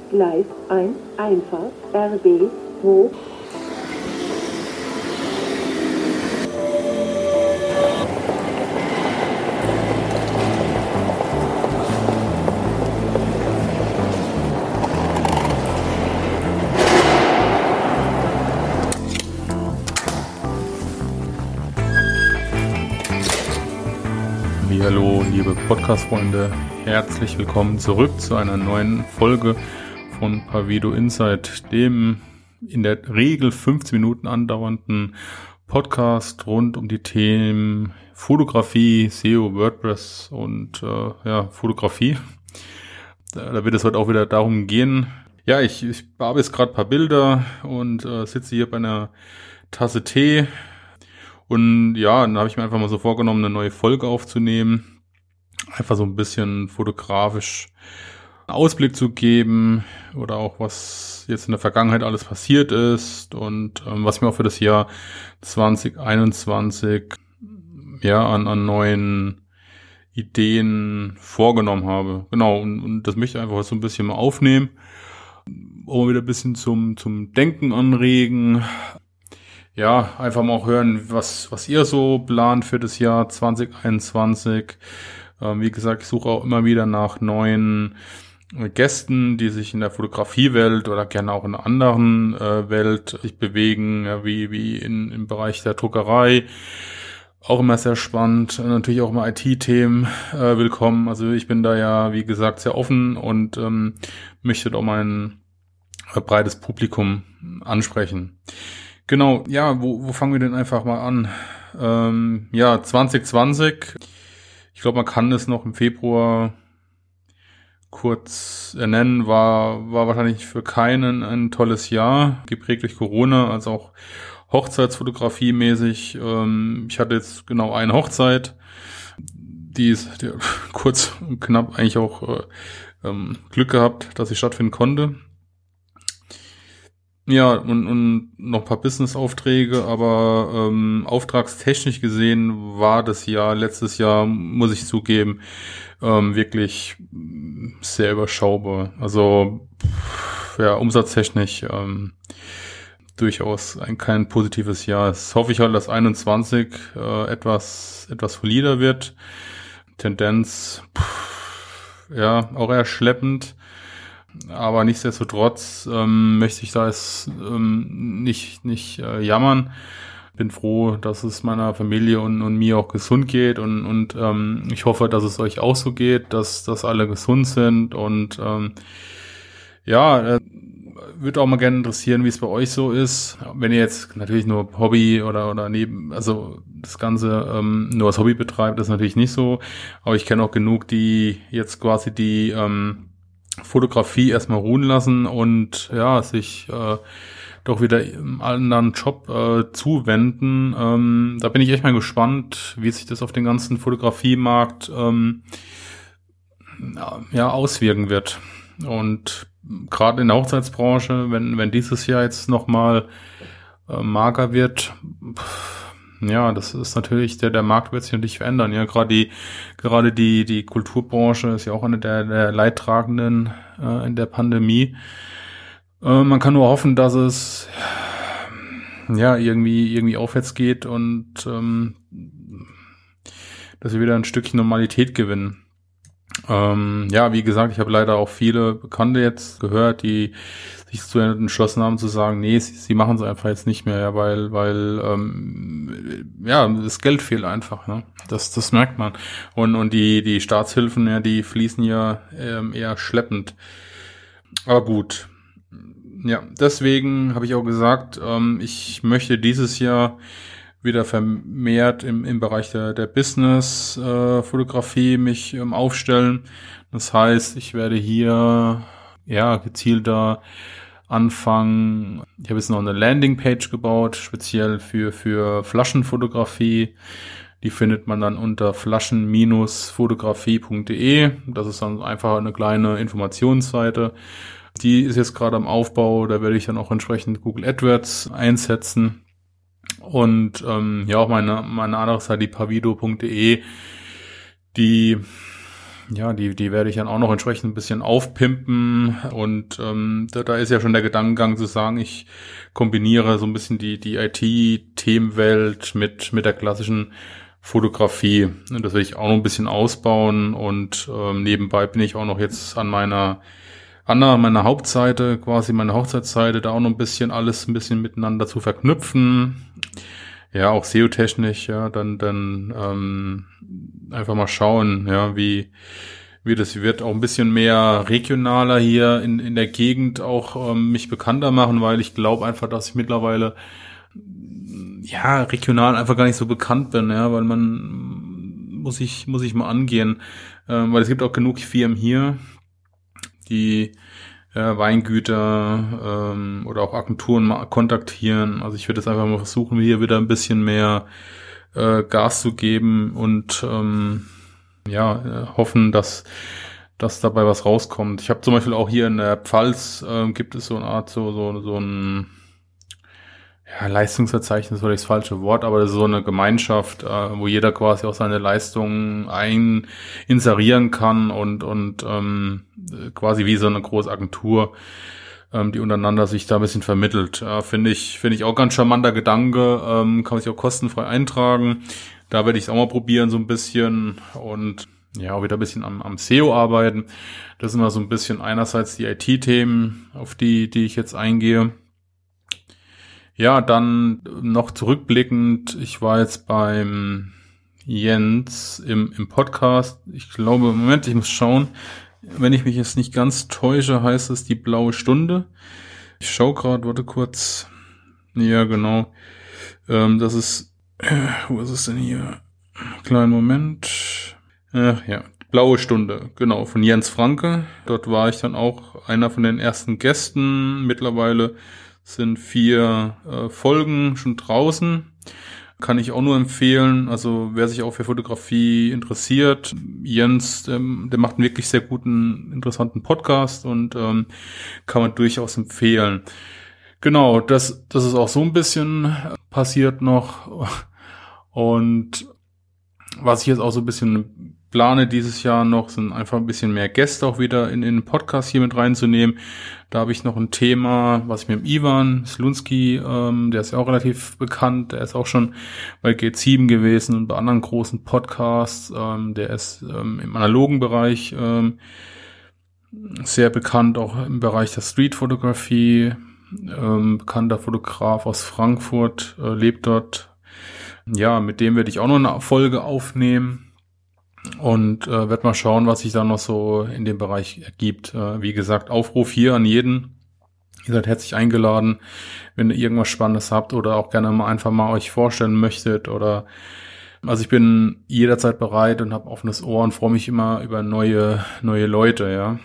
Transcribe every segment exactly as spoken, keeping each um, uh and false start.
Gleis eins, Einfahrt, R B, zwei. Hallo liebe Podcast-Freunde, herzlich willkommen zurück zu einer neuen Folge von Pavido Insight, dem in der Regel fünfzehn Minuten andauernden Podcast rund um die Themen Fotografie, S E O, WordPress und äh, ja Fotografie. Da, da wird es heute auch wieder darum gehen. Ja, ich, ich bearbeite jetzt gerade ein paar Bilder und äh, sitze hier bei einer Tasse Tee. Und ja, dann habe ich mir einfach mal so vorgenommen, eine neue Folge aufzunehmen. Einfach so ein bisschen fotografisch einen Ausblick zu geben oder auch was jetzt in der Vergangenheit alles passiert ist und ähm, was mir auch für das Jahr zwanzig einundzwanzig ja an, an neuen Ideen vorgenommen habe. Genau, und, und das möchte ich einfach so ein bisschen mal aufnehmen, um wieder ein bisschen zum, zum Denken anregen. Ja, einfach mal auch hören, was was ihr so plant für das Jahr zwanzig einundzwanzig. Ähm, wie gesagt, ich suche auch immer wieder nach neuen äh, Gästen, die sich in der Fotografiewelt oder gerne auch in einer anderen äh, Welt sich bewegen, ja, wie wie in im Bereich der Druckerei. Auch immer sehr spannend. Natürlich auch immer I T-Themen äh, willkommen. Also ich bin da ja, wie gesagt, sehr offen und ähm, möchte doch mal ein äh, breites Publikum ansprechen. Genau, ja, wo, wo fangen wir denn einfach mal an? Ähm, ja, zwanzig zwanzig, ich glaube, man kann es noch im Februar kurz ernennen, war war wahrscheinlich für keinen ein tolles Jahr, geprägt durch Corona, also auch Hochzeitsfotografie mäßig. Ähm, ich hatte jetzt genau eine Hochzeit, die ist die, kurz und knapp eigentlich auch äh, ähm, Glück gehabt, dass sie stattfinden konnte. Ja, und, und noch ein paar Business-Aufträge, aber ähm, auftragstechnisch gesehen war das Jahr, letztes Jahr, muss ich zugeben, ähm, wirklich sehr überschaubar. Also, ja, umsatztechnisch ähm, durchaus ein kein positives Jahr. Jetzt hoffe ich halt, dass einundzwanzig äh, etwas etwas solider wird. Tendenz, pff, ja, auch eher schleppend. Aber nichtsdestotrotz ähm, möchte ich da jetzt ähm, nicht nicht äh, jammern. Bin froh, dass es meiner Familie und, und mir auch gesund geht und und ähm, ich hoffe, dass es euch auch so geht, dass dass alle gesund sind und ähm, ja, äh, würde auch mal gerne interessieren, wie es bei euch so ist. Wenn ihr jetzt natürlich nur Hobby oder oder neben, also das Ganze ähm, nur als Hobby betreibt, ist natürlich nicht so. Aber ich kenne auch genug, die jetzt quasi die ähm, Fotografie erstmal ruhen lassen und ja, sich äh, doch wieder im anderen Job äh, zuwenden. Ähm, da bin ich echt mal gespannt, wie sich das auf den ganzen Fotografiemarkt ähm, ja, auswirken wird. Und gerade in der Hochzeitsbranche, wenn wenn dieses Jahr jetzt nochmal äh, mager wird, pff, ja, das ist natürlich, der, der Markt wird sich natürlich verändern. Ja, gerade die, gerade die, die Kulturbranche ist ja auch eine der, der Leidtragenden äh, in der Pandemie. Äh, man kann nur hoffen, dass es, ja, irgendwie, irgendwie aufwärts geht und, ähm, dass wir wieder ein Stückchen Normalität gewinnen. Ähm, ja, wie gesagt, ich habe leider auch viele Bekannte jetzt gehört, die sich zu entschlossen haben zu sagen, nee, sie, sie machen es einfach jetzt nicht mehr, ja, weil, weil, ähm, ja, das Geld fehlt einfach, ne? Das, das merkt man. Und, und die, die Staatshilfen, ja, die fließen ja ähm, eher schleppend. Aber gut. Ja, deswegen habe ich auch gesagt, ähm, ich möchte dieses Jahr wieder vermehrt im, im Bereich der, der Business-Fotografie äh, mich ähm, aufstellen. Das heißt, ich werde hier ja gezielter anfangen. Ich habe jetzt noch eine Landingpage gebaut, speziell für für Flaschenfotografie. Die findet man dann unter flaschen Fotografie punkt de. Das ist dann einfach eine kleine Informationsseite. Die ist jetzt gerade am Aufbau. Da werde ich dann auch entsprechend Google AdWords einsetzen. Und ähm, ja, auch meine meine andere Seite, die pavido punkt de, die ja, die, die werde ich dann auch noch entsprechend ein bisschen aufpimpen und ähm, da, da ist ja schon der Gedankengang zu sagen, ich kombiniere so ein bisschen die, die I T-Themenwelt mit, mit der klassischen Fotografie. Und das werde ich auch noch ein bisschen ausbauen und ähm, nebenbei bin ich auch noch jetzt an meiner, an meiner Hauptseite, quasi meine Hochzeitsseite, da auch noch ein bisschen alles ein bisschen miteinander zu verknüpfen. Ja, auch S E O-technisch, ja, dann, dann ähm, einfach mal schauen, ja, wie wie das wird, auch ein bisschen mehr regionaler hier in in der Gegend auch ähm, mich bekannter machen, weil ich glaube einfach, dass ich mittlerweile ja regional einfach gar nicht so bekannt bin, ja, weil man muss ich muss ich mal angehen, ähm, weil es gibt auch genug Firmen hier, die ja, Weingüter ähm, oder auch Agenturen mal kontaktieren. Also ich würde jetzt einfach mal versuchen, hier wieder ein bisschen mehr äh, Gas zu geben und ähm, ja, äh, hoffen, dass dass dabei was rauskommt. Ich habe zum Beispiel auch hier in der Pfalz äh, gibt es so eine Art so so so ein ja, Leistungsverzeichnis war das falsche Wort, aber das ist so eine Gemeinschaft, äh, wo jeder quasi auch seine Leistungen ein inserieren kann und und ähm, quasi wie so eine große Agentur, ähm, die untereinander sich da ein bisschen vermittelt. Äh, finde ich finde ich auch ganz charmanter Gedanke, ähm, kann man sich auch kostenfrei eintragen. Da werde ich es auch mal probieren so ein bisschen und ja, auch wieder ein bisschen am, am S E O arbeiten. Das sind immer so ein bisschen einerseits die I T-Themen, auf die die ich jetzt eingehe. Ja, dann noch zurückblickend, ich war jetzt beim Jens im, im Podcast. Ich glaube, Moment, ich muss schauen. Wenn ich mich jetzt nicht ganz täusche, heißt es die blaue Stunde. Ich schaue gerade, warte kurz. Ja, genau. Ähm, das ist, äh, wo ist es denn hier? Kleinen Moment. Ach ja, blaue Stunde, genau, von Jens Franke. Dort war ich dann auch einer von den ersten Gästen. Mittlerweile sind vier äh, Folgen schon draußen. Kann ich auch nur empfehlen. Also wer sich auch für Fotografie interessiert, Jens, ähm, der macht einen wirklich sehr guten, interessanten Podcast und ähm, kann man durchaus empfehlen. Genau, das, das ist auch so ein bisschen passiert noch. Und was ich jetzt auch so ein bisschen plane dieses Jahr noch, sind einfach ein bisschen mehr Gäste auch wieder in, in den Podcast hier mit reinzunehmen. Da habe ich noch ein Thema, was ich mit dem Ivan Slunski, ähm, der ist ja auch relativ bekannt, der ist auch schon bei G sieben gewesen und bei anderen großen Podcasts. Ähm, der ist ähm, im analogen Bereich ähm, sehr bekannt, auch im Bereich der Streetfotografie. Ähm, bekannter Fotograf aus Frankfurt, äh, lebt dort. Ja, mit dem werde ich auch noch eine Folge aufnehmen. Und äh, werde mal schauen, was sich da noch so in dem Bereich ergibt. Äh, wie gesagt, Aufruf hier an jeden. Ihr seid herzlich eingeladen, wenn ihr irgendwas Spannendes habt oder auch gerne mal einfach mal euch vorstellen möchtet. Oder also ich bin jederzeit bereit und habe offenes Ohr und freue mich immer über neue neue Leute, ja.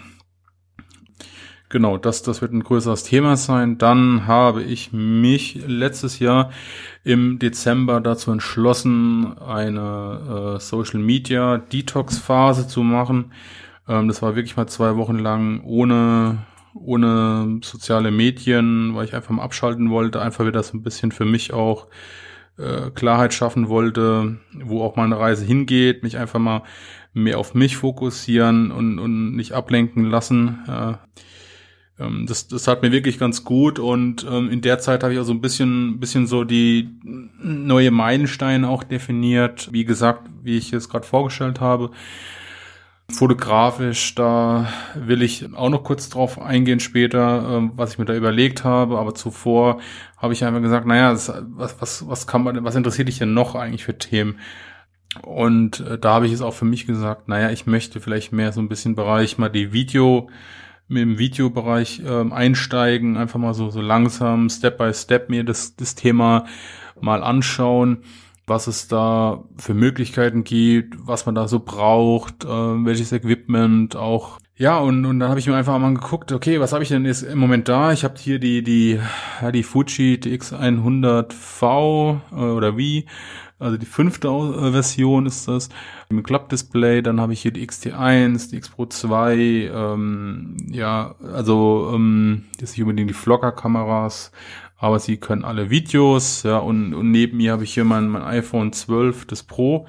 Genau, das, das wird ein größeres Thema sein. Dann habe ich mich letztes Jahr im Dezember dazu entschlossen, eine äh, Social Media Detox Phase zu machen. Ähm, das war wirklich mal zwei Wochen lang ohne, ohne soziale Medien, weil ich einfach mal abschalten wollte, einfach wieder so ein bisschen für mich auch äh, Klarheit schaffen wollte, wo auch meine Reise hingeht, mich einfach mal mehr auf mich fokussieren und, und nicht ablenken lassen. Äh, Das, das hat mir wirklich ganz gut und ähm, in der Zeit habe ich auch so ein bisschen, bisschen so die neue Meilensteine auch definiert. Wie gesagt, wie ich es gerade vorgestellt habe. Fotografisch, da will ich auch noch kurz drauf eingehen später, ähm, was ich mir da überlegt habe. Aber zuvor habe ich einfach gesagt, naja, das, was, was, was kann man, was interessiert dich denn noch eigentlich für Themen? Und äh, da habe ich es auch für mich gesagt, naja, ich möchte vielleicht mehr so ein bisschen Bereich mal die Video mit dem Videobereich ähm, einsteigen, einfach mal so so langsam, Step by Step mir das das Thema mal anschauen, was es da für Möglichkeiten gibt, was man da so braucht, äh, welches Equipment auch. Ja, und und dann habe ich mir einfach mal geguckt, okay, was habe ich denn jetzt im Moment da? Ich habe hier die die ja, die Fuji D X hundert V äh, oder wie, also die fünfte Version ist das, mit Klappdisplay. Dann habe ich hier die X T eins, die X Pro zwei, ähm, ja, also ähm, das sind nicht unbedingt die Vlogger-Kameras, aber sie können alle Videos, ja, und, und neben mir habe ich hier mein, mein iPhone zwölf, das Pro,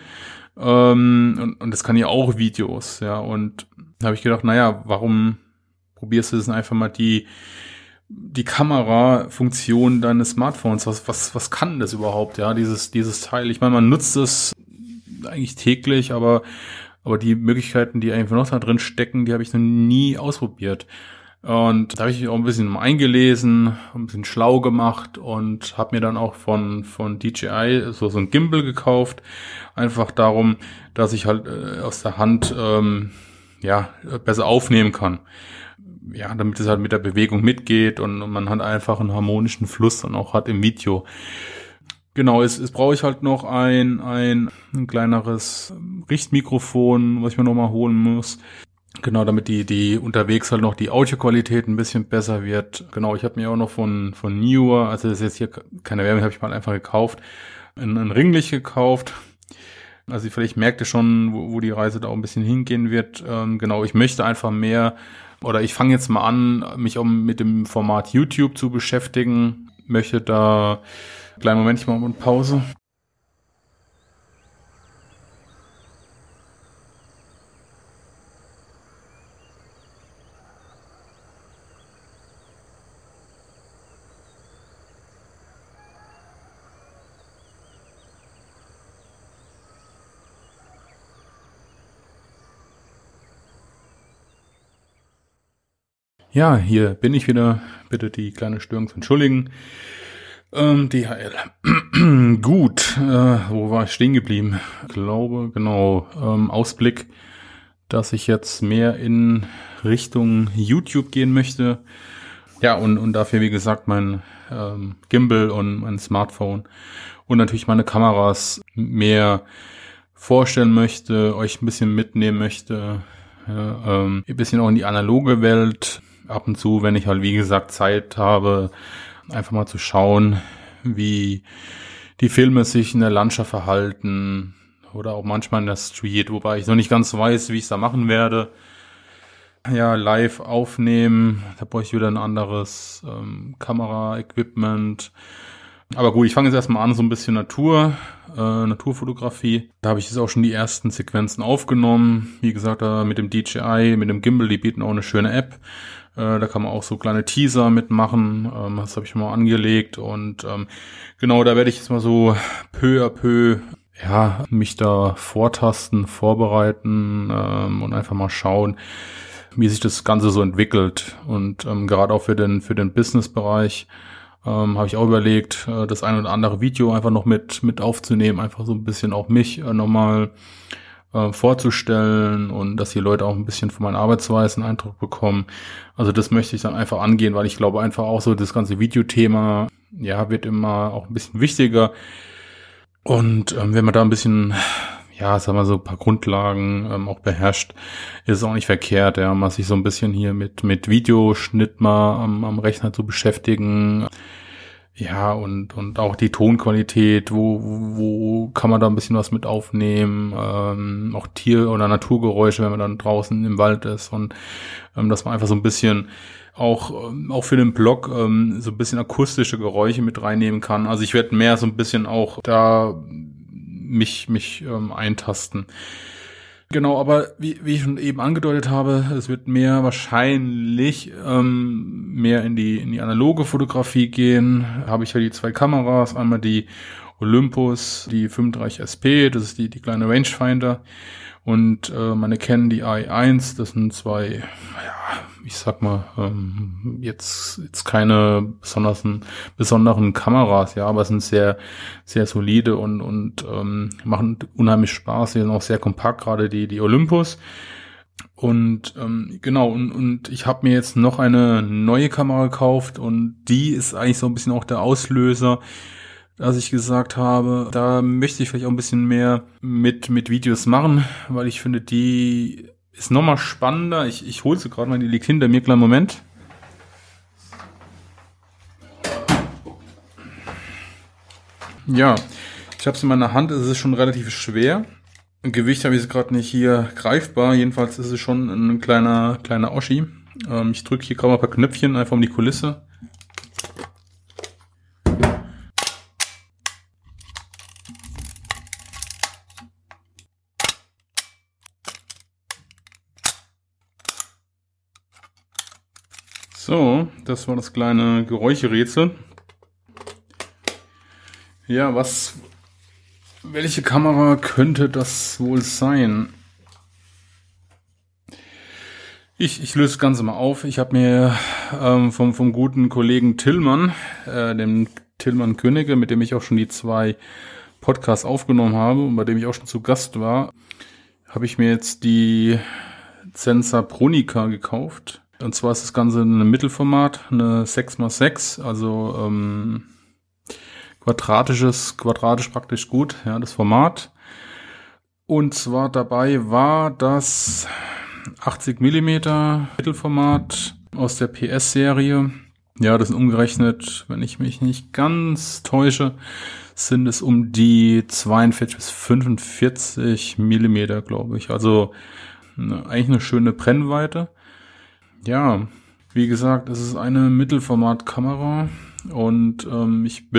Ähm, und, und das kann ja auch Videos, ja. Und da habe ich gedacht, naja, warum probierst du das einfach mal die die Kamerafunktion deines Smartphones? Was was was kann das überhaupt, ja? Dieses dieses Teil. Ich meine, man nutzt es eigentlich täglich, aber aber die Möglichkeiten, die einfach noch da drin stecken, die habe ich noch nie ausprobiert. Und da habe ich mich auch ein bisschen eingelesen, ein bisschen schlau gemacht und habe mir dann auch von von D J I so so ein Gimbal gekauft. Einfach darum, dass ich halt äh, aus der Hand ähm, ja besser aufnehmen kann. Ja, damit es halt mit der Bewegung mitgeht und, und man halt einfach einen harmonischen Fluss dann auch hat im Video. Genau, es, es brauche ich halt noch ein, ein ein kleineres Richtmikrofon, was ich mir nochmal holen muss. Genau, damit die die unterwegs halt noch die Audioqualität ein bisschen besser wird. Genau, ich habe mir auch noch von von Neewer, also das ist jetzt hier keine Werbung, habe ich mal einfach gekauft, ein, ein Ringlicht gekauft. Also vielleicht merkt ihr schon, wo, wo die Reise da auch ein bisschen hingehen wird. Ähm, genau, ich möchte einfach mehr, oder ich fange jetzt mal an, mich auch mit dem Format YouTube zu beschäftigen. Möchte da, kleinen Moment, ich mache mal eine Pause. Ja, hier bin ich wieder. Bitte die kleine Störung zu entschuldigen. Ähm, D H L. Gut, äh, wo war ich stehen geblieben? Ich glaube, genau, ähm, Ausblick, dass ich jetzt mehr in Richtung YouTube gehen möchte. Ja, und, und dafür, wie gesagt, mein ähm, Gimbal und mein Smartphone und natürlich meine Kameras mehr vorstellen möchte, euch ein bisschen mitnehmen möchte, ja, ähm, ein bisschen auch in die analoge Welt. Ab und zu, wenn ich halt, wie gesagt, Zeit habe, einfach mal zu schauen, wie die Filme sich in der Landschaft verhalten oder auch manchmal in der Street, wobei ich noch nicht ganz weiß, wie ich es da machen werde. Ja, live aufnehmen, da brauche ich wieder ein anderes ähm, Kamera-Equipment. Aber gut, ich fange jetzt erstmal an, so ein bisschen Natur, äh, Naturfotografie. Da habe ich jetzt auch schon die ersten Sequenzen aufgenommen. Wie gesagt, da mit dem D J I, mit dem Gimbal, die bieten auch eine schöne App. Äh, da kann man auch so kleine Teaser mitmachen. Ähm, das habe ich mal angelegt. Und ähm, genau, da werde ich jetzt mal so peu à peu ja, mich da vortasten, vorbereiten ähm, und einfach mal schauen, wie sich das Ganze so entwickelt. Und ähm, gerade auch für den für den Business-Bereich ähm, habe ich auch überlegt, äh, das ein oder andere Video einfach noch mit mit aufzunehmen, einfach so ein bisschen auch mich äh, nochmal äh, vorzustellen und dass die Leute auch ein bisschen von meiner Arbeitsweise einen Eindruck bekommen. Also das möchte ich dann einfach angehen, weil ich glaube einfach auch so, das ganze Videothema, ja, wird immer auch ein bisschen wichtiger. Und ähm, wenn man da ein bisschen, ja, sagen wir so, ein paar Grundlagen ähm, auch beherrscht, ist es auch nicht verkehrt, ja, mal sich so ein bisschen hier mit mit Videoschnitt mal am, am Rechner zu beschäftigen. Ja, und und auch die Tonqualität, wo wo kann man da ein bisschen was mit aufnehmen, ähm, auch Tier- oder Naturgeräusche, wenn man dann draußen im Wald ist und ähm, dass man einfach so ein bisschen auch ähm, auch für den Blog ähm, so ein bisschen akustische Geräusche mit reinnehmen kann. Also ich werde mehr so ein bisschen auch da mich mich ähm, eintasten. Genau, aber wie, wie ich schon eben angedeutet habe, es wird mehr wahrscheinlich ähm, mehr in die in die analoge Fotografie gehen. Habe ich ja die zwei Kameras, einmal die Olympus, die fünfunddreißig S P, das ist die die kleine Rangefinder, und äh, meine Canon, die A E eins, das sind zwei, ja, ich sag mal, ähm, jetzt jetzt keine besonderen besonderen Kameras, ja, aber es sind sehr sehr solide und und ähm, machen unheimlich Spaß. Die sind auch sehr kompakt, gerade die die Olympus. Und ähm, genau, und, und ich habe mir jetzt noch eine neue Kamera gekauft und die ist eigentlich so ein bisschen auch der Auslöser, dass ich gesagt habe, da möchte ich vielleicht auch ein bisschen mehr mit mit Videos machen, weil ich finde, die ist nochmal spannender. Ich, ich hole sie gerade mal, die liegt hinter mir, kleinen Moment. Ja, ich habe es in meiner Hand, es ist schon relativ schwer. Im Gewicht habe ich es gerade nicht hier greifbar, jedenfalls ist es schon ein kleiner kleiner Oschi. Ähm, ich drücke hier gerade mal ein paar Knöpfchen, einfach um die Kulisse. So, das war das kleine Geräuscherätsel. Ja, was, welche Kamera könnte das wohl sein? Ich, ich löse das Ganze mal auf. Ich habe mir ähm, vom, vom guten Kollegen Tillmann, äh, dem Tillmann Könige, mit dem ich auch schon die zwei Podcasts aufgenommen habe und bei dem ich auch schon zu Gast war, habe ich mir jetzt die Zensa Bronica gekauft. Und zwar ist das Ganze ein Mittelformat, eine sechs mal sechs, also ähm, quadratisches, quadratisch praktisch gut, ja, das Format. Und zwar dabei war das achtzig Millimeter Mittelformat aus der P S-Serie. Ja, das sind umgerechnet, wenn ich mich nicht ganz täusche, sind es um die zweiundvierzig bis fünfundvierzig Millimeter, glaube ich. Also eine, eigentlich eine schöne Brennweite. Ja, wie gesagt, es ist eine Mittelformatkamera und ähm, ich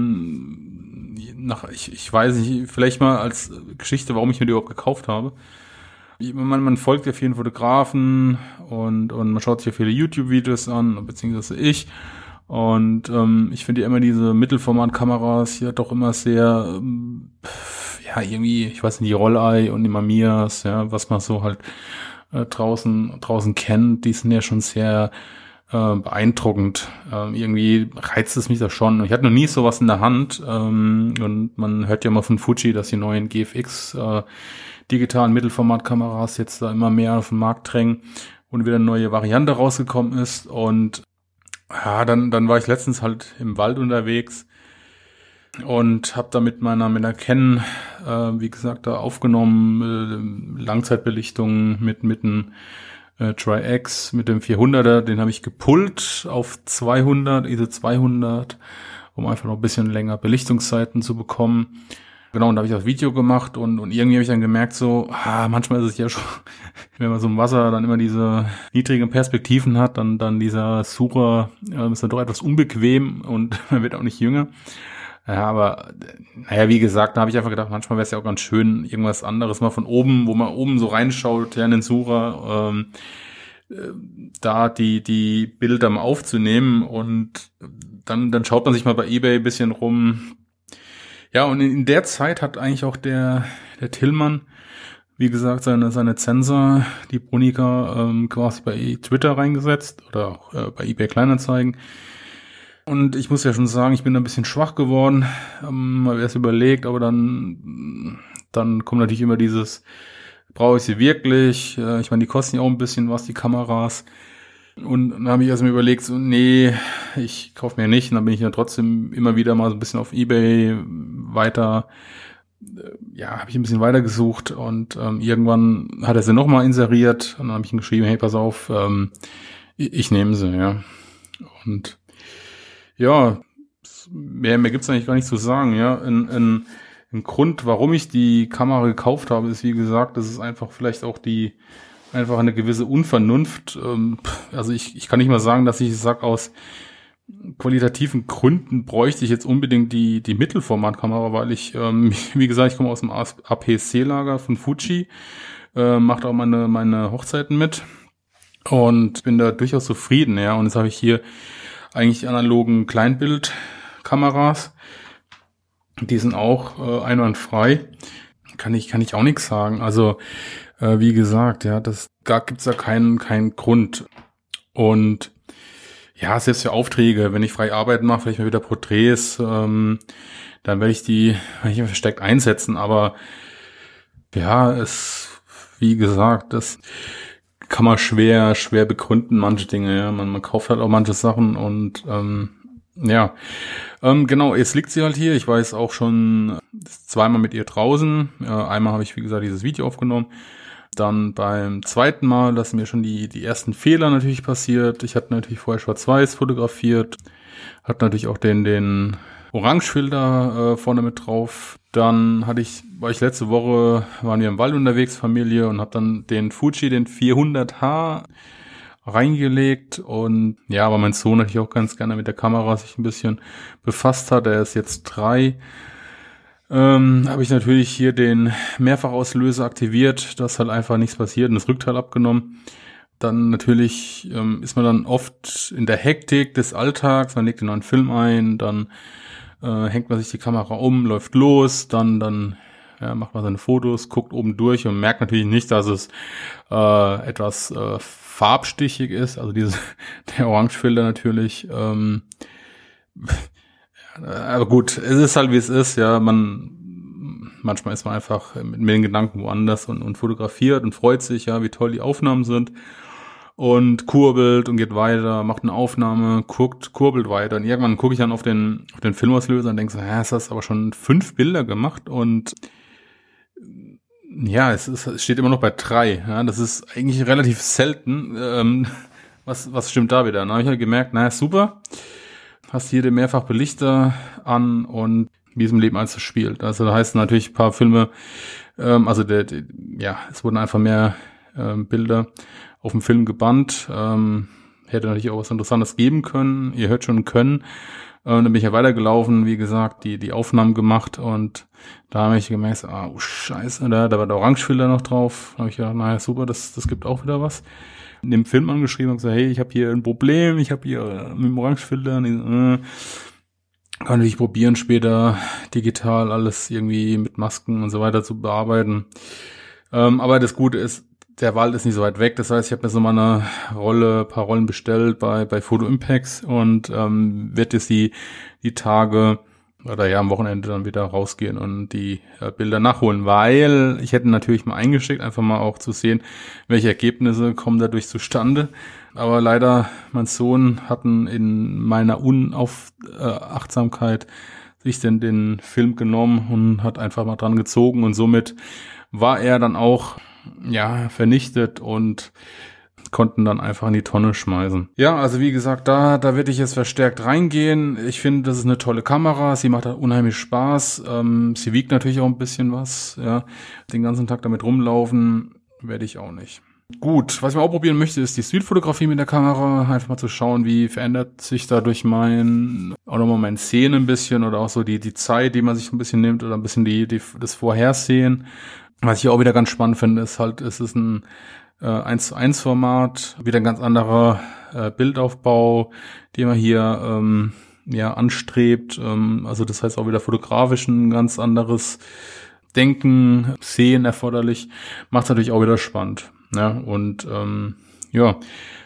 bin nach, ich, ich weiß nicht, vielleicht mal als Geschichte, warum ich mir die überhaupt gekauft habe. Man, man folgt ja vielen Fotografen und, und man schaut sich ja viele YouTube-Videos an, beziehungsweise ich. Und ähm, ich finde ja immer diese Mittelformatkameras ja doch immer sehr, ähm, ja, irgendwie, ich weiß nicht, die Rollei und die Mamias, ja, was man so halt äh, draußen draußen kennt, die sind ja schon sehr äh, beeindruckend. Ähm, irgendwie reizt es mich da schon. Ich hatte noch nie sowas in der Hand ähm, und man hört ja immer von Fuji, dass die neuen G F X äh, digitalen Mittelformatkameras jetzt da immer mehr auf den Markt drängen und wieder eine neue Variante rausgekommen ist. Und ja, dann dann war ich letztens halt im Wald unterwegs und habe da mit meiner mit einer Canon, äh, wie gesagt, da aufgenommen, äh, Langzeitbelichtung mit mit einem äh, Tri-X, mit dem vierhunderter, den habe ich gepullt auf zweihundert, I S O zweihundert, um einfach noch ein bisschen länger Belichtungszeiten zu bekommen. Genau, und da habe ich das Video gemacht und, und irgendwie habe ich dann gemerkt, so, ah, manchmal ist es ja schon, wenn man so im Wasser dann immer diese niedrigen Perspektiven hat, dann dann dieser Sucher äh, ist dann doch etwas unbequem und man wird auch nicht jünger. Ja, aber naja, wie gesagt, da habe ich einfach gedacht, manchmal wäre es ja auch ganz schön, irgendwas anderes mal von oben, wo man oben so reinschaut, ja, in den Sucher, ähm, äh, da die die Bilder mal aufzunehmen und dann dann schaut man sich mal bei eBay ein bisschen rum. Ja, und in der Zeit hat eigentlich auch der der Tillmann, wie gesagt, seine seine Zensa, die Bronica, ähm, quasi bei Twitter reingesetzt oder auch äh, bei eBay Kleinanzeigen. Und ich muss ja schon sagen, ich bin da ein bisschen schwach geworden, ähm, habe erst überlegt, aber dann dann kommt natürlich immer dieses, brauche ich sie wirklich? Äh, ich meine, die kosten ja auch ein bisschen was, die Kameras. Und dann habe ich erst mal überlegt, so, nee, ich kaufe mir nicht. Und dann bin ich dann trotzdem immer wieder mal so ein bisschen auf eBay weiter, äh, ja, habe ich ein bisschen weiter gesucht. Und ähm, irgendwann hat er sie nochmal inseriert. Und dann habe ich ihm geschrieben, hey, pass auf, ähm, ich, ich nehme sie, ja. Und ja, mehr, mehr gibt's eigentlich gar nicht zu sagen, ja. Ein, ein, ein Grund, warum ich die Kamera gekauft habe, ist, wie gesagt, das ist einfach vielleicht auch die einfach eine gewisse Unvernunft. Also ich, ich kann nicht mal sagen, dass ich sag, aus qualitativen Gründen bräuchte ich jetzt unbedingt die die Mittelformatkamera, weil ich, ähm, wie gesagt, ich komme aus dem A P S C-Lager von Fuji, äh, mache auch meine meine Hochzeiten mit und bin da durchaus zufrieden, ja. Und jetzt habe ich hier eigentlich analogen Kleinbildkameras, die sind auch äh, einwandfrei. Kann ich kann ich auch nichts sagen. Also äh, wie gesagt, ja, das da gibt's ja keinen keinen Grund. Und ja, selbst für Aufträge, wenn ich frei arbeiten mache, vielleicht mal wieder Porträts, ähm, dann werde ich die werde ich versteckt einsetzen. Aber ja, es, wie gesagt, das kann man schwer schwer begründen, manche Dinge. Ja, man, man kauft halt auch manche Sachen und ähm, ja, ähm, genau, jetzt liegt sie halt hier. Ich war jetzt auch schon zweimal mit ihr draußen. Äh, einmal habe ich, wie gesagt, dieses Video aufgenommen. Dann beim zweiten Mal, da sind mir schon die die ersten Fehler natürlich passiert. Ich hatte natürlich vorher Schwarz-Weiß fotografiert, hatte natürlich auch den den Orangefilter äh, vorne mit drauf. Dann hatte ich, war ich letzte Woche, waren wir im Wald unterwegs, Familie, und habe dann den Fuji, den vierhundert H reingelegt. Und ja, weil mein Sohn natürlich auch ganz gerne mit der Kamera sich ein bisschen befasst hat. Er ist jetzt drei. Ähm, habe ich natürlich hier den Mehrfachauslöser aktiviert, dass halt einfach nichts passiert und das Rückteil abgenommen. dann natürlich ähm, ist man dann oft in der Hektik des Alltags, man legt einen neuen Film ein, dann äh, hängt man sich die Kamera um, läuft los, dann dann ja, macht man seine Fotos, guckt oben durch und merkt natürlich nicht, dass es äh, etwas äh, farbstichig ist, also diese der Orangefilter natürlich. Ähm, aber gut, es ist halt wie es ist, ja, man manchmal ist man einfach mit, mit den Gedanken woanders und, und fotografiert und freut sich, ja, wie toll die Aufnahmen sind und kurbelt und geht weiter, macht eine Aufnahme, guckt, kurbelt weiter und irgendwann gucke ich dann auf den auf den Filmauslöser und denke so, ja, es hast aber schon fünf Bilder gemacht und ja, es, ist, es steht immer noch bei drei, ja, das ist eigentlich relativ selten, ähm, was was stimmt da wieder? Dann habe ich halt gemerkt, naja, super, hast hier den Mehrfachbelichter an und wie es im Leben alles spielt. Also da heißt natürlich ein paar Filme, ähm, also der, der, ja, es wurden einfach mehr ähm, Bilder auf dem Film gebannt. Ähm, hätte natürlich auch was Interessantes geben können. Ihr hört schon können. Ähm, dann bin ich ja weitergelaufen, wie gesagt, die die Aufnahmen gemacht und da habe ich gemerkt, ah, oh Scheiße, da, da war der Orangefilter noch drauf. Da habe ich gedacht, naja, super, das das gibt auch wieder was. In dem Film angeschrieben und gesagt, hey, ich habe hier ein Problem, ich habe hier mit dem Orangefilter, äh, kann natürlich probieren, später digital alles irgendwie mit Masken und so weiter zu bearbeiten. Ähm, aber das Gute ist, der Wald ist nicht so weit weg. Das heißt, ich habe mir so mal eine Rolle, paar Rollen bestellt bei bei Photo Impacts und ähm, werde jetzt die die Tage oder ja am Wochenende dann wieder rausgehen und die äh, Bilder nachholen, weil ich hätte natürlich mal eingeschickt, einfach mal auch zu sehen, welche Ergebnisse kommen dadurch zustande. Aber leider, mein Sohn hatten in meiner Unachtsamkeit sich denn den Film genommen und hat einfach mal dran gezogen und somit war er dann auch ja vernichtet und konnten dann einfach in die Tonne schmeißen. Ja, also wie gesagt, da da werde ich jetzt verstärkt reingehen. Ich finde, das ist eine tolle Kamera. Sie macht unheimlich Spaß. Ähm, sie wiegt natürlich auch ein bisschen was. Ja, den ganzen Tag damit rumlaufen werde ich auch nicht. Gut, was ich mal auch probieren möchte, ist die Streetfotografie mit der Kamera. Einfach mal zu schauen, wie verändert sich dadurch mein, auch nochmal meine Szene ein bisschen oder auch so die die Zeit, die man sich ein bisschen nimmt oder ein bisschen die, die das Vorhersehen. Was ich auch wieder ganz spannend finde, ist halt, es ist ein äh, eins zu eins Format, wieder ein ganz anderer äh, Bildaufbau, den man hier ähm, ja anstrebt. Ähm, also das heißt auch wieder fotografisch ein ganz anderes Denken, Sehen erforderlich. Macht es natürlich auch wieder spannend. Ja, und ähm, ja,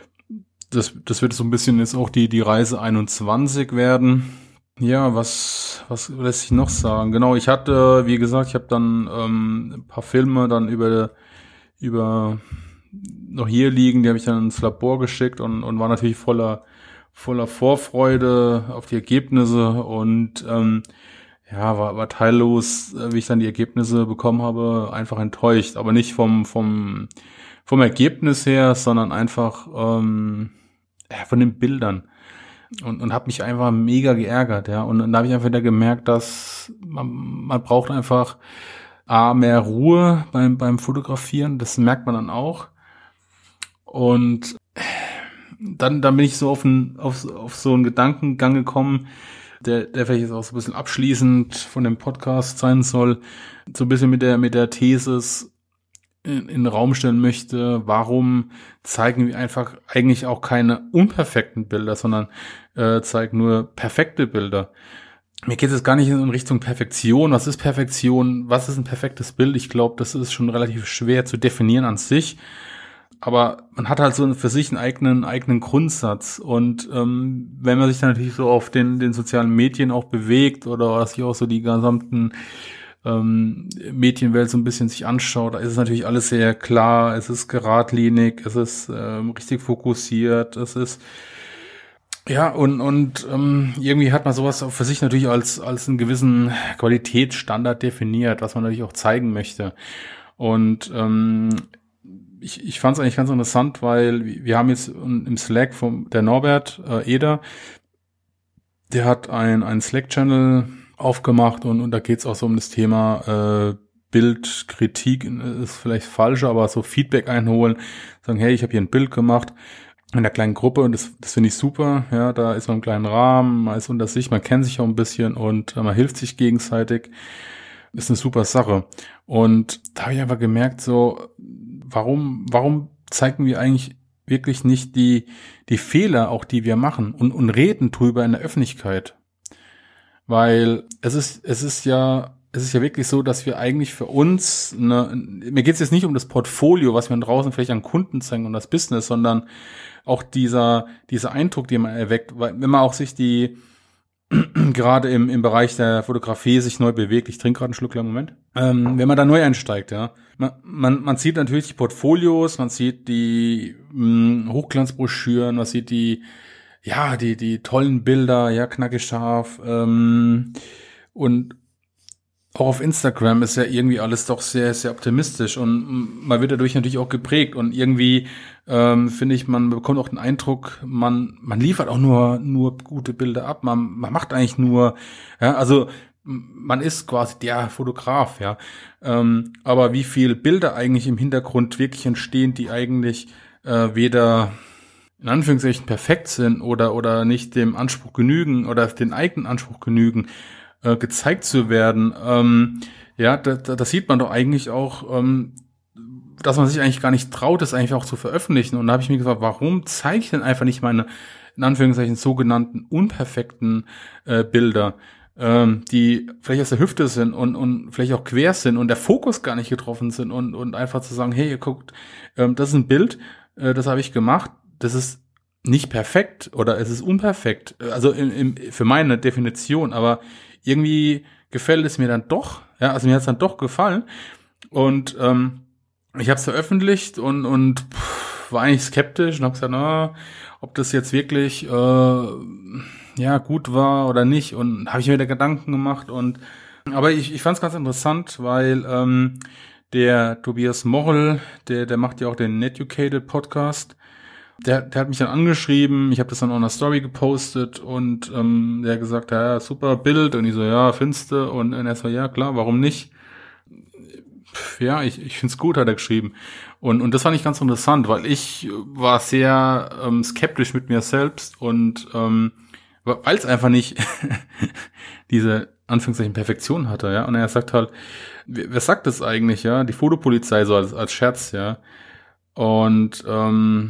das das wird so ein bisschen jetzt auch die die Reise einundzwanzig werden. Ja, was was lässt sich noch sagen? Genau, ich hatte, wie gesagt, ich habe dann ähm, ein paar Filme dann über über noch hier liegen, die habe ich dann ins Labor geschickt und und war natürlich voller voller Vorfreude auf die Ergebnisse und ähm, ja, war war teillos, wie ich dann die Ergebnisse bekommen habe, einfach enttäuscht, aber nicht vom vom vom Ergebnis her, sondern einfach ähm, ja, von den Bildern. Und, und habe mich einfach mega geärgert, ja. Und dann habe ich einfach wieder gemerkt, dass man, man braucht einfach A, mehr Ruhe beim beim Fotografieren. Das merkt man dann auch. Und dann dann bin ich so auf ein, auf, auf so einen Gedankengang gekommen, der der vielleicht jetzt auch so ein bisschen abschließend von dem Podcast sein soll, so ein bisschen mit der mit der Thesis in, in den Raum stellen möchte, warum zeigen wir einfach eigentlich auch keine unperfekten Bilder, sondern äh, zeigen nur perfekte Bilder. Mir geht es gar nicht in Richtung Perfektion. Was ist Perfektion? Was ist ein perfektes Bild? Ich glaube, das ist schon relativ schwer zu definieren an sich. Aber man hat halt so für sich einen eigenen eigenen Grundsatz. Und ähm, wenn man sich dann natürlich so auf den den sozialen Medien auch bewegt oder sich auch so die gesamten ähm, Medienwelt so ein bisschen sich anschaut, da ist es natürlich alles sehr klar, es ist geradlinig, es ist ähm, richtig fokussiert, es ist ja und und ähm, irgendwie hat man sowas auch für sich natürlich als als einen gewissen Qualitätsstandard definiert, was man natürlich auch zeigen möchte. Und ähm, ich ich fand es eigentlich ganz interessant, weil wir haben jetzt im Slack vom der Norbert äh, Eder, der hat ein ein Slack-Channel aufgemacht und, und da geht's auch so um das Thema äh, Bildkritik, ist vielleicht falsch, aber so Feedback einholen, sagen, hey, ich habe hier ein Bild gemacht in einer kleinen Gruppe und das, das finde ich super, ja, da ist man im kleinen Rahmen, man ist unter sich, man kennt sich auch ein bisschen und äh, man hilft sich gegenseitig, ist eine super Sache. Und da habe ich einfach gemerkt, so, warum, warum zeigen wir eigentlich wirklich nicht die die Fehler, auch die wir machen, und und reden drüber in der Öffentlichkeit, weil es ist es ist ja es ist ja wirklich so, dass wir eigentlich für uns eine, mir geht es jetzt nicht um das Portfolio, was wir draußen vielleicht an Kunden zeigen und das Business, sondern auch dieser dieser Eindruck, den man erweckt, weil wenn man auch sich die gerade im im Bereich der Fotografie sich neu bewegt, ich trinke gerade einen Schluck, kleinen Moment, ähm, wenn man da neu einsteigt, ja, man, man man sieht natürlich die Portfolios, man sieht die mh, Hochglanzbroschüren, man sieht die ja die die tollen Bilder, ja, knackig scharf, ähm, und auch auf Instagram ist ja irgendwie alles doch sehr, sehr optimistisch und man wird dadurch natürlich auch geprägt und irgendwie ähm, finde ich, man bekommt auch den Eindruck, man man liefert auch nur nur gute Bilder ab, man man macht eigentlich nur, ja, also man ist quasi der Fotograf, ja, ähm, aber wie viel Bilder eigentlich im Hintergrund wirklich entstehen, die eigentlich äh, weder in Anführungszeichen perfekt sind oder oder nicht dem Anspruch genügen oder den eigenen Anspruch genügen, gezeigt zu werden, ähm, ja, da, da, das sieht man doch eigentlich auch, ähm, dass man sich eigentlich gar nicht traut, das eigentlich auch zu veröffentlichen. Und da habe ich mir gesagt, warum zeige ich denn einfach nicht meine, in Anführungszeichen, sogenannten unperfekten äh, Bilder, ähm, die vielleicht aus der Hüfte sind und und vielleicht auch quer sind und der Fokus gar nicht getroffen sind und und einfach zu sagen, hey, ihr guckt, ähm, das ist ein Bild, äh, das habe ich gemacht, das ist nicht perfekt oder es ist unperfekt, also im, im, für meine Definition, aber irgendwie gefällt es mir dann doch, ja, also mir hat es dann doch gefallen und ähm, ich habe es veröffentlicht und und pff, war eigentlich skeptisch und habe gesagt, na, ob das jetzt wirklich äh, ja gut war oder nicht, und habe ich mir da Gedanken gemacht und aber ich ich fand es ganz interessant, weil ähm, der Tobias Morrel, der der macht ja auch den Netucated Podcast. Der, der hat mich dann angeschrieben, ich habe das dann auch in einer Story gepostet und ähm, der hat gesagt, ja, super Bild, und ich so, ja, findest du? Und, und er so, ja, klar, warum nicht? Pff, ja, ich, ich find's gut, hat er geschrieben. Und und das fand ich ganz interessant, weil ich war sehr ähm, skeptisch mit mir selbst und ähm, weil es einfach nicht diese Anführungszeichen Perfektion hatte, ja. Und er sagt halt, wer, wer sagt das eigentlich, ja? Die Fotopolizei so als, als Scherz, ja. Und ähm,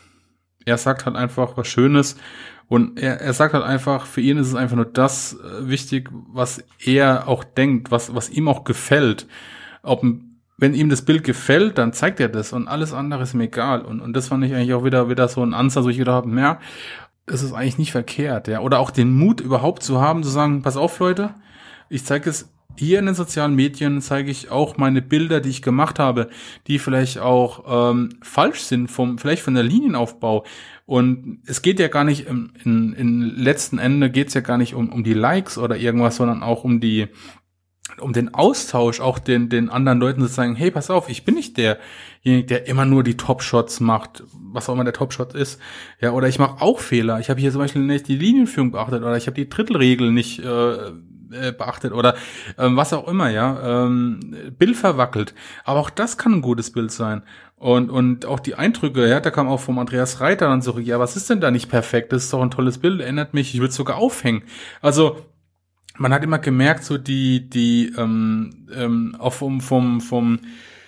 er sagt halt einfach was Schönes und er, er sagt halt einfach, für ihn ist es einfach nur das äh, wichtig, was er auch denkt, was was ihm auch gefällt. Ob, wenn ihm das Bild gefällt, dann zeigt er das und alles andere ist ihm egal. Und und das fand ich eigentlich auch wieder wieder so ein Ansatz, wo ich gedacht habe, ja, das ist eigentlich nicht verkehrt, ja. Oder auch den Mut überhaupt zu haben, zu sagen, pass auf, Leute, ich zeige es hier in den sozialen Medien, zeige ich auch meine Bilder, die ich gemacht habe, die vielleicht auch ähm, falsch sind, vom vielleicht von der Linienaufbau. Und es geht ja gar nicht, im in, in letzten Ende geht es ja gar nicht um um die Likes oder irgendwas, sondern auch um die um den Austausch, auch den den anderen Leuten zu sagen, hey, pass auf, ich bin nicht derjenige, der immer nur die Top-Shots macht, was auch immer der Top-Shot ist, ja, oder ich mache auch Fehler. Ich habe hier zum Beispiel nicht die Linienführung beachtet oder ich habe die Drittelregel nicht äh, beachtet oder ähm, was auch immer, ja, ähm, Bild verwackelt. Aber auch das kann ein gutes Bild sein. Und und auch die Eindrücke, ja, da kam auch vom Andreas Reiter dann so, ja, was ist denn da nicht perfekt? Das ist doch ein tolles Bild, erinnert mich, ich würde es sogar aufhängen. Also man hat immer gemerkt, so die die ähm, ähm, auch vom vom vom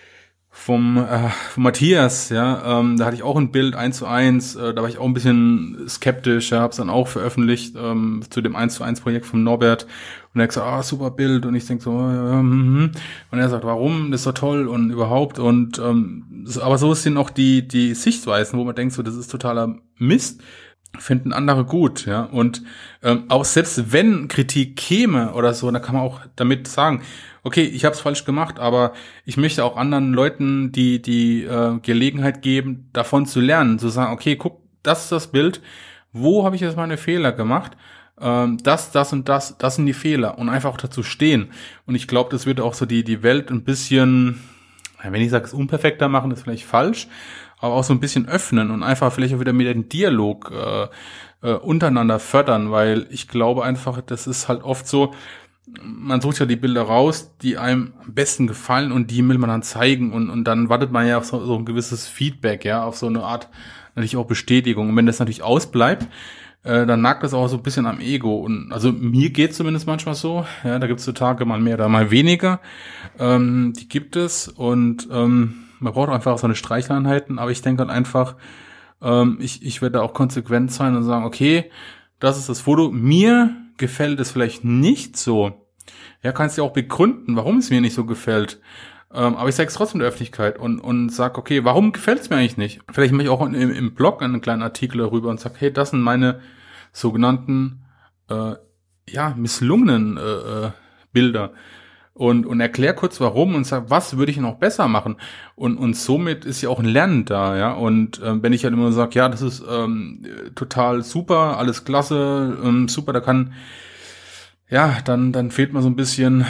vom, äh, von Matthias, ja, ähm, da hatte ich auch ein Bild eins zu eins, äh, da war ich auch ein bisschen skeptisch, ja, hab's dann auch veröffentlicht ähm, zu dem eins zu eins Projekt von Norbert und er hat gesagt, ah, super Bild und ich denk so, ja, hm, und er sagt, warum, das ist doch toll und überhaupt und ähm, das, aber so sind auch die die Sichtweisen, wo man denkt, so, das ist totaler Mist, finden andere gut, ja, und ähm, auch selbst wenn Kritik käme oder so, da kann man auch damit sagen, okay, ich habe es falsch gemacht, aber ich möchte auch anderen Leuten die die äh, Gelegenheit geben, davon zu lernen, zu sagen, okay, guck, das ist das Bild, wo habe ich jetzt meine Fehler gemacht, ähm, das, das und das, das sind die Fehler und einfach auch dazu stehen. Und ich glaube, das würde auch so die die Welt ein bisschen, wenn ich sage, es unperfekter machen, ist vielleicht falsch, aber auch so ein bisschen öffnen und einfach vielleicht auch wieder mit dem Dialog äh, äh, untereinander fördern, weil ich glaube einfach, das ist halt oft so, man sucht ja die Bilder raus, die einem am besten gefallen und die will man dann zeigen und und dann wartet man ja auf so, so ein gewisses Feedback, ja, auf so eine Art natürlich auch Bestätigung. Und wenn das natürlich ausbleibt, äh, dann nagt das auch so ein bisschen am Ego. Und also mir geht's zumindest manchmal so, ja, da gibt's so Tage mal mehr oder mal weniger, ähm, die gibt es und ähm, man braucht einfach so eine Streicheleinheiten, aber ich denke halt einfach, Ähm, ich, ich werde da auch konsequent sein und sagen, okay, das ist das Foto. Mir gefällt es vielleicht nicht so. Ja, kannst du ja auch begründen, warum es mir nicht so gefällt. Ähm, aber ich sage es trotzdem der Öffentlichkeit und und sag, okay, warum gefällt es mir eigentlich nicht? Vielleicht mache ich auch im, im Blog einen kleinen Artikel darüber und sag, hey, das sind meine sogenannten äh, ja misslungenen äh, äh, Bilder und und erklär kurz warum und sag, was würde ich noch besser machen? Und und somit ist ja auch ein Lernen da, ja. Und äh, wenn ich halt immer sage, ja, das ist ähm, total super, alles klasse, ähm, super, da kann ja, dann dann fehlt mir so ein bisschen,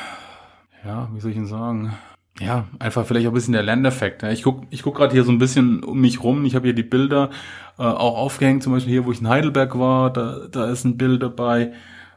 ja, wie soll ich denn sagen? Ja, einfach vielleicht auch ein bisschen der Lerneffekt. Ja. Ich guck, ich guck gerade hier so ein bisschen um mich rum. Ich habe hier die Bilder äh, auch aufgehängt, zum Beispiel hier, wo ich in Heidelberg war, da, da ist ein Bild dabei.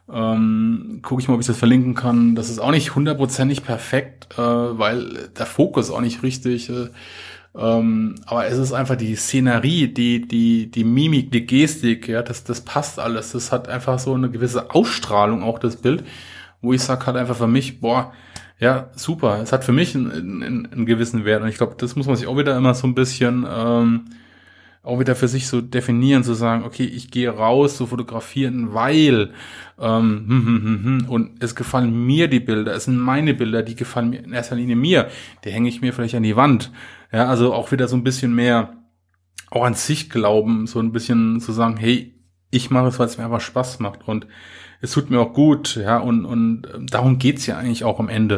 Ähm, gucke ich mal, ob ich das verlinken kann. Das ist auch nicht hundertprozentig perfekt, äh, weil der Fokus auch nicht richtig. Äh, ähm, aber es ist einfach die Szenerie, die die die Mimik, die Gestik. Ja, das das passt alles. Das hat einfach so eine gewisse Ausstrahlung auch das Bild, wo ich sag halt einfach für mich, boah. Ja, super. Es hat für mich einen, einen, einen gewissen Wert und ich glaube, das muss man sich auch wieder immer so ein bisschen ähm, auch wieder für sich so definieren, zu sagen, okay, ich gehe raus zu fotografieren, weil ähm, hm, hm, hm, hm, und es gefallen mir die Bilder, es sind meine Bilder, die gefallen mir in erster Linie mir, die hänge ich mir vielleicht an die Wand. Ja, also auch wieder so ein bisschen mehr auch an sich glauben, so ein bisschen zu sagen, hey, ich mache es, weil es mir einfach Spaß macht und es tut mir auch gut, ja, und und darum geht's ja eigentlich auch am Ende.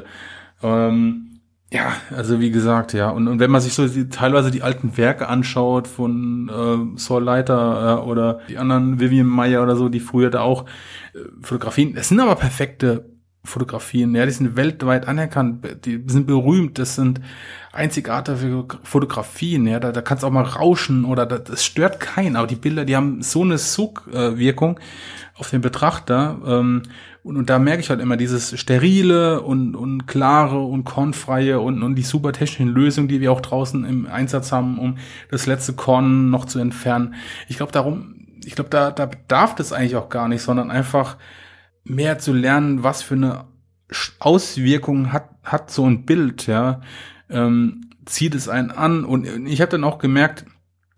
Ähm, ja, also wie gesagt, ja, und, und wenn man sich so die, teilweise die alten Werke anschaut von äh, Saul Leiter äh, oder die anderen Vivian Maier oder so, die früher da auch äh, Fotografien, es sind aber perfekte Fotografien, ja, die sind weltweit anerkannt, die sind berühmt, das sind einzigartige Fotografien, ja, da, da kann es auch mal rauschen oder da, das stört keinen, aber die Bilder, die haben so eine Sogwirkung auf den Betrachter ähm, und, und da merke ich halt immer dieses sterile und und klare und kornfreie und und die super technischen Lösungen, die wir auch draußen im Einsatz haben, um das letzte Korn noch zu entfernen. Ich glaube darum, ich glaube da da bedarf das eigentlich auch gar nicht, sondern einfach mehr zu lernen, was für eine Auswirkung hat hat so ein Bild, ja, ähm, zieht es einen an und ich habe dann auch gemerkt,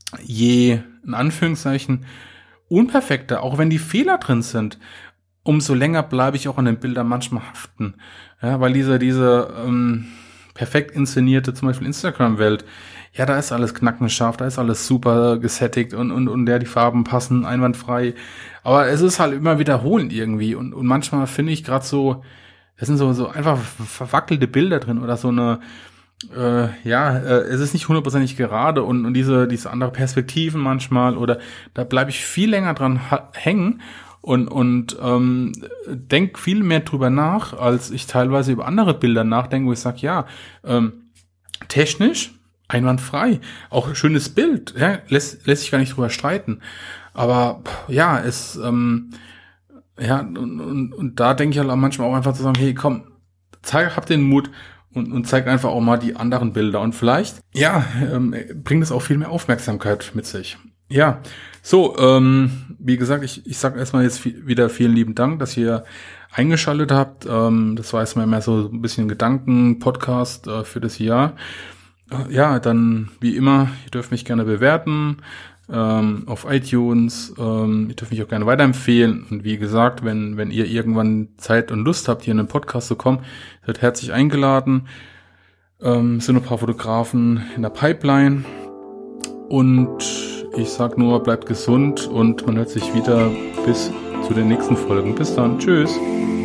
je in Anführungszeichen unperfekter, auch wenn die Fehler drin sind, umso länger bleibe ich auch an den Bildern manchmal haften, ja, weil diese diese ähm, perfekt inszenierte zum Beispiel Instagram-Welt, ja, da ist alles knackenscharf, da ist alles super gesättigt und und und der die Farben passen einwandfrei, aber es ist halt immer wiederholend irgendwie und und manchmal finde ich gerade so, es sind so so einfach verwackelte Bilder drin oder so eine äh, ja, äh, es ist nicht hundertprozentig gerade und und diese diese andere Perspektiven manchmal oder da bleibe ich viel länger dran ha- hängen und und ähm, denk viel mehr drüber nach, als ich teilweise über andere Bilder nachdenke, wo ich sage, ja, ähm, technisch einwandfrei, auch schönes Bild, ja, lässt lässt sich gar nicht drüber streiten, aber ja, es ähm, ja und und, und da denke ich halt manchmal auch einfach zu sagen, hey, komm, zeig, hab den Mut und und zeig einfach auch mal die anderen Bilder und vielleicht ja ähm, bringt es auch viel mehr Aufmerksamkeit mit sich. Ja, so, ähm, wie gesagt, ich, ich sage erstmal jetzt viel, wieder vielen lieben Dank, dass ihr eingeschaltet habt. Ähm, das war erstmal mehr so ein bisschen Gedanken-Podcast äh, für das Jahr. Äh, ja, dann wie immer, ihr dürft mich gerne bewerten ähm, auf iTunes. Ähm, ihr dürft mich auch gerne weiterempfehlen. Und wie gesagt, wenn wenn ihr irgendwann Zeit und Lust habt, hier in den Podcast zu kommen, seid herzlich eingeladen. Ähm, sind ein paar Fotografen in der Pipeline. Und ich sag nur, bleibt gesund und man hört sich wieder bis zu den nächsten Folgen. Bis dann. Tschüss.